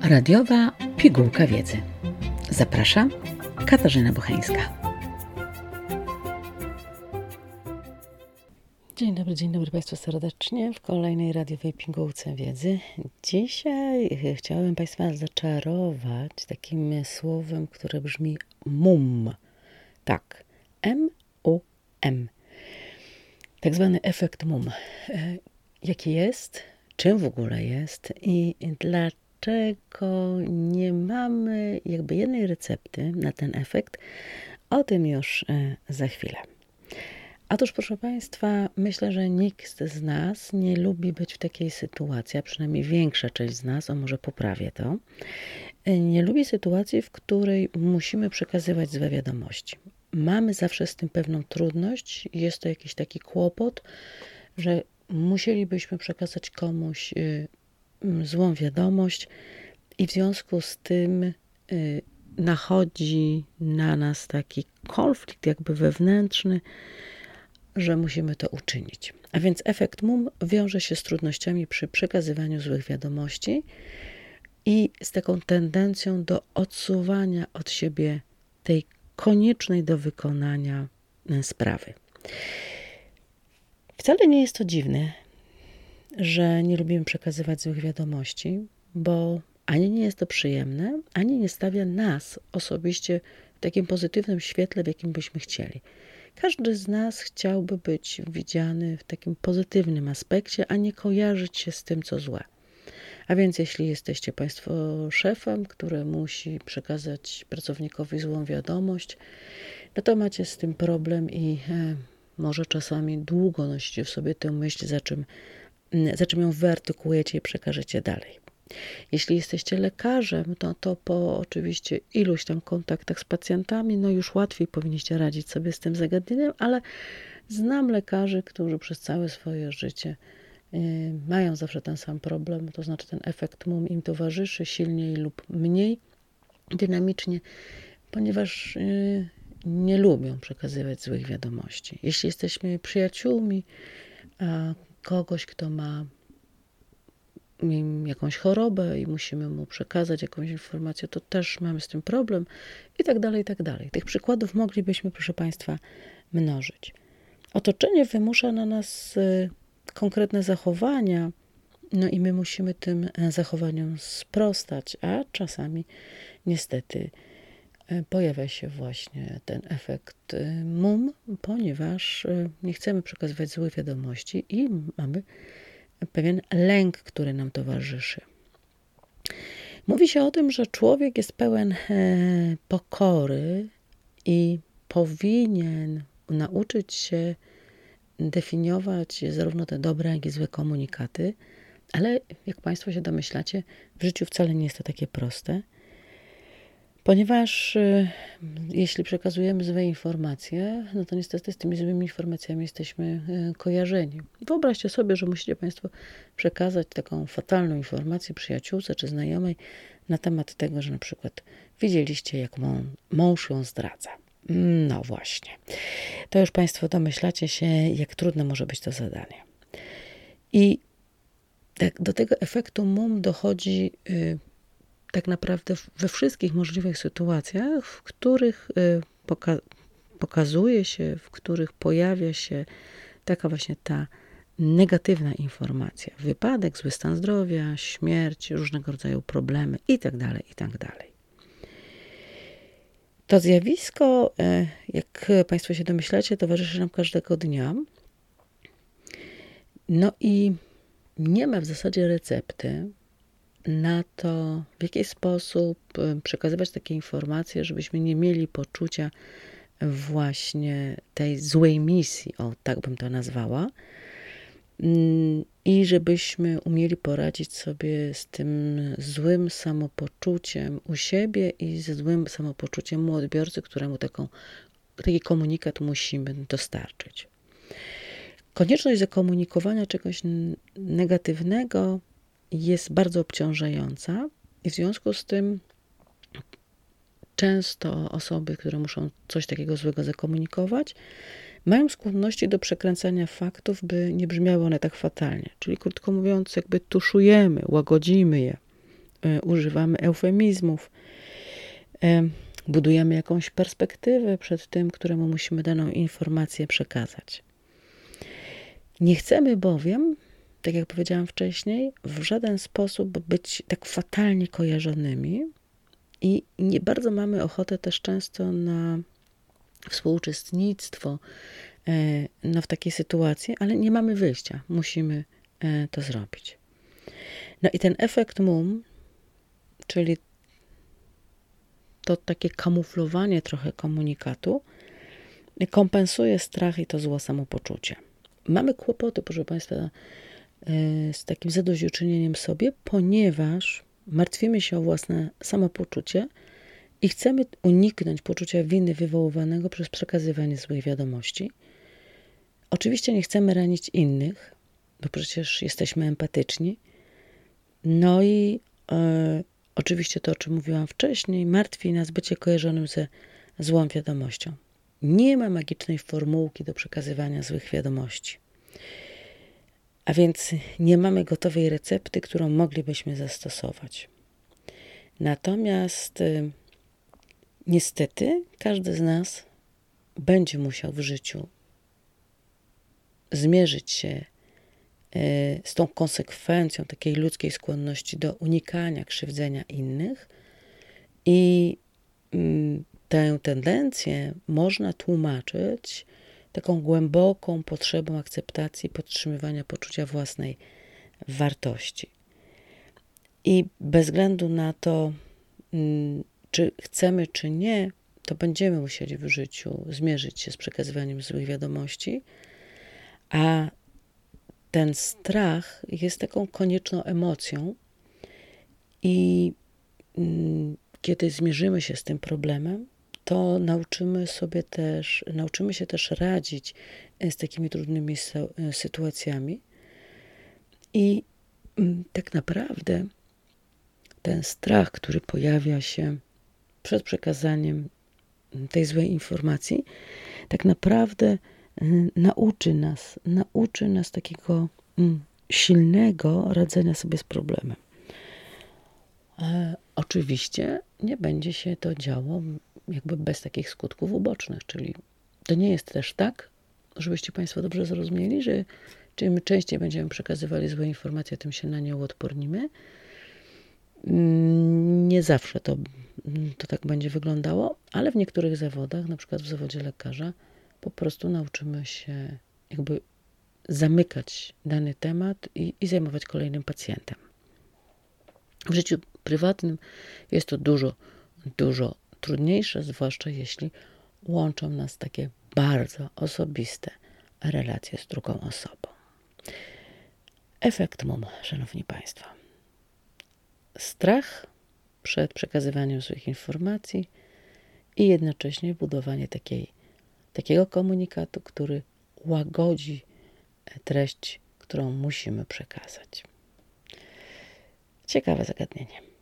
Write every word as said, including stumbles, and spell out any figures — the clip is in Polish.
Radiowa pigułka wiedzy. Zapraszam, Katarzyna Bocheńska. Dzień dobry, dzień dobry Państwu serdecznie w kolejnej radiowej pigułce wiedzy. Dzisiaj chciałabym Państwa zaczarować takim słowem, które brzmi mum. Tak, M U M. Tak zwany efekt mum. Jaki jest? Czym w ogóle jest? I dlaczego nie mamy jakby jednej recepty na ten efekt? O tym już za chwilę. Otóż, proszę Państwa, myślę, że nikt z nas nie lubi być w takiej sytuacji, a przynajmniej większa część z nas, o może poprawię to, nie lubi sytuacji, w której musimy przekazywać złe wiadomości. Mamy zawsze z tym pewną trudność, jest to jakiś taki kłopot, że musielibyśmy przekazać komuś złą wiadomość i w związku z tym nachodzi na nas taki konflikt jakby wewnętrzny, że musimy to uczynić. A więc efekt mum wiąże się z trudnościami przy przekazywaniu złych wiadomości i z taką tendencją do odsuwania od siebie tej koniecznej do wykonania sprawy. Wcale nie jest to dziwne, że nie lubimy przekazywać złych wiadomości, bo ani nie jest to przyjemne, ani nie stawia nas osobiście w takim pozytywnym świetle, w jakim byśmy chcieli. Każdy z nas chciałby być widziany w takim pozytywnym aspekcie, a nie kojarzyć się z tym, co złe. A więc jeśli jesteście Państwo szefem, który musi przekazać pracownikowi złą wiadomość, no to macie z tym problem i e, może czasami długo nosicie w sobie tę myśl, za czym, za czym ją wyartykułujecie i przekażecie dalej. Jeśli jesteście lekarzem, to, to po oczywiście iluś tam kontaktach z pacjentami, no już łatwiej powinniście radzić sobie z tym zagadnieniem, ale znam lekarzy, którzy przez całe swoje życie y, mają zawsze ten sam problem, to znaczy ten efekt mum im towarzyszy silniej lub mniej dynamicznie, ponieważ y, nie lubią przekazywać złych wiadomości. Jeśli jesteśmy przyjaciółmi a kogoś, kto ma jakąś chorobę i musimy mu przekazać jakąś informację, to też mamy z tym problem i tak dalej, i tak dalej. Tych przykładów moglibyśmy, proszę Państwa, mnożyć. Otoczenie wymusza na nas konkretne zachowania, no i my musimy tym zachowaniom sprostać, a czasami niestety pojawia się właśnie ten efekt mum, ponieważ nie chcemy przekazywać złych wiadomości i mamy pewien lęk, który nam towarzyszy. Mówi się o tym, że człowiek jest pełen e, pokory i powinien nauczyć się definiować zarówno te dobre, jak i złe komunikaty, ale jak Państwo się domyślacie, w życiu wcale nie jest to takie proste, ponieważ e, jeśli przekazujemy złe informacje, no to niestety z tymi złymi informacjami jesteśmy e, kojarzeni. Wyobraźcie sobie, że musicie Państwo przekazać taką fatalną informację przyjaciółce czy znajomej na temat tego, że na przykład widzieliście, jak mą, mąż ją zdradza. No właśnie. To już Państwo domyślacie się, jak trudne może być to zadanie. I tak, do tego efektu mum dochodzi y, tak naprawdę we wszystkich możliwych sytuacjach, w których poka- pokazuje się, w których pojawia się taka właśnie ta negatywna informacja. Wypadek, zły stan zdrowia, śmierć, różnego rodzaju problemy itd., itd. To zjawisko, jak Państwo się domyślacie, towarzyszy nam każdego dnia. No i nie ma w zasadzie recepty na to, w jaki sposób przekazywać takie informacje, żebyśmy nie mieli poczucia właśnie tej złej misji, o tak bym to nazwała, i żebyśmy umieli poradzić sobie z tym złym samopoczuciem u siebie i ze złym samopoczuciem u odbiorcy, któremu taką, taki komunikat musimy dostarczyć. Konieczność zakomunikowania czegoś negatywnego jest bardzo obciążająca i w związku z tym często osoby, które muszą coś takiego złego zakomunikować, mają skłonności do przekręcania faktów, by nie brzmiały one tak fatalnie. Czyli krótko mówiąc, jakby tuszujemy, łagodzimy je, y, używamy eufemizmów, y, budujemy jakąś perspektywę przed tym, któremu musimy daną informację przekazać. Nie chcemy bowiem, tak jak powiedziałam wcześniej, w żaden sposób być tak fatalnie kojarzonymi i nie bardzo mamy ochotę też często na współuczestnictwo no, w takiej sytuacji, ale nie mamy wyjścia. Musimy to zrobić. No i ten efekt mum, czyli to takie kamuflowanie trochę komunikatu, kompensuje strach i to złe samopoczucie. Mamy kłopoty, proszę Państwa, z takim zadośćuczynieniem sobie, ponieważ martwimy się o własne samopoczucie i chcemy uniknąć poczucia winy wywoływanego przez przekazywanie złych wiadomości. Oczywiście nie chcemy ranić innych, bo przecież jesteśmy empatyczni. No i e, oczywiście to, o czym mówiłam wcześniej, martwi nas bycie kojarzonym ze złą wiadomością. Nie ma magicznej formułki do przekazywania złych wiadomości. A więc nie mamy gotowej recepty, którą moglibyśmy zastosować. Natomiast y, niestety każdy z nas będzie musiał w życiu zmierzyć się y, z tą konsekwencją takiej ludzkiej skłonności do unikania krzywdzenia innych i y, tę tendencję można tłumaczyć taką głęboką potrzebą akceptacji, podtrzymywania poczucia własnej wartości. I bez względu na to, czy chcemy, czy nie, to będziemy musieli w życiu zmierzyć się z przekazywaniem złych wiadomości, a ten strach jest taką konieczną emocją i kiedy zmierzymy się z tym problemem, to nauczymy sobie też, nauczymy się też radzić z takimi trudnymi sytuacjami. I tak naprawdę ten strach, który pojawia się przed przekazaniem tej złej informacji, tak naprawdę nauczy nas, nauczy nas takiego silnego radzenia sobie z problemem. E, oczywiście nie będzie się to działo jakby bez takich skutków ubocznych, czyli to nie jest też tak, żebyście Państwo dobrze zrozumieli, że czym częściej będziemy przekazywali złe informacje, tym się na nie uodpornimy. Nie zawsze to, to tak będzie wyglądało, ale w niektórych zawodach, na przykład w zawodzie lekarza, po prostu nauczymy się jakby zamykać dany temat i, i zajmować kolejnym pacjentem. W życiu prywatnym jest to dużo, dużo trudniejsze, zwłaszcza jeśli łączą nas takie bardzo osobiste relacje z drugą osobą. Efekt mum, Szanowni Państwo. Strach przed przekazywaniem złych informacji i jednocześnie budowanie takiej, takiego komunikatu, który łagodzi treść, którą musimy przekazać. Ciekawe zagadnienie.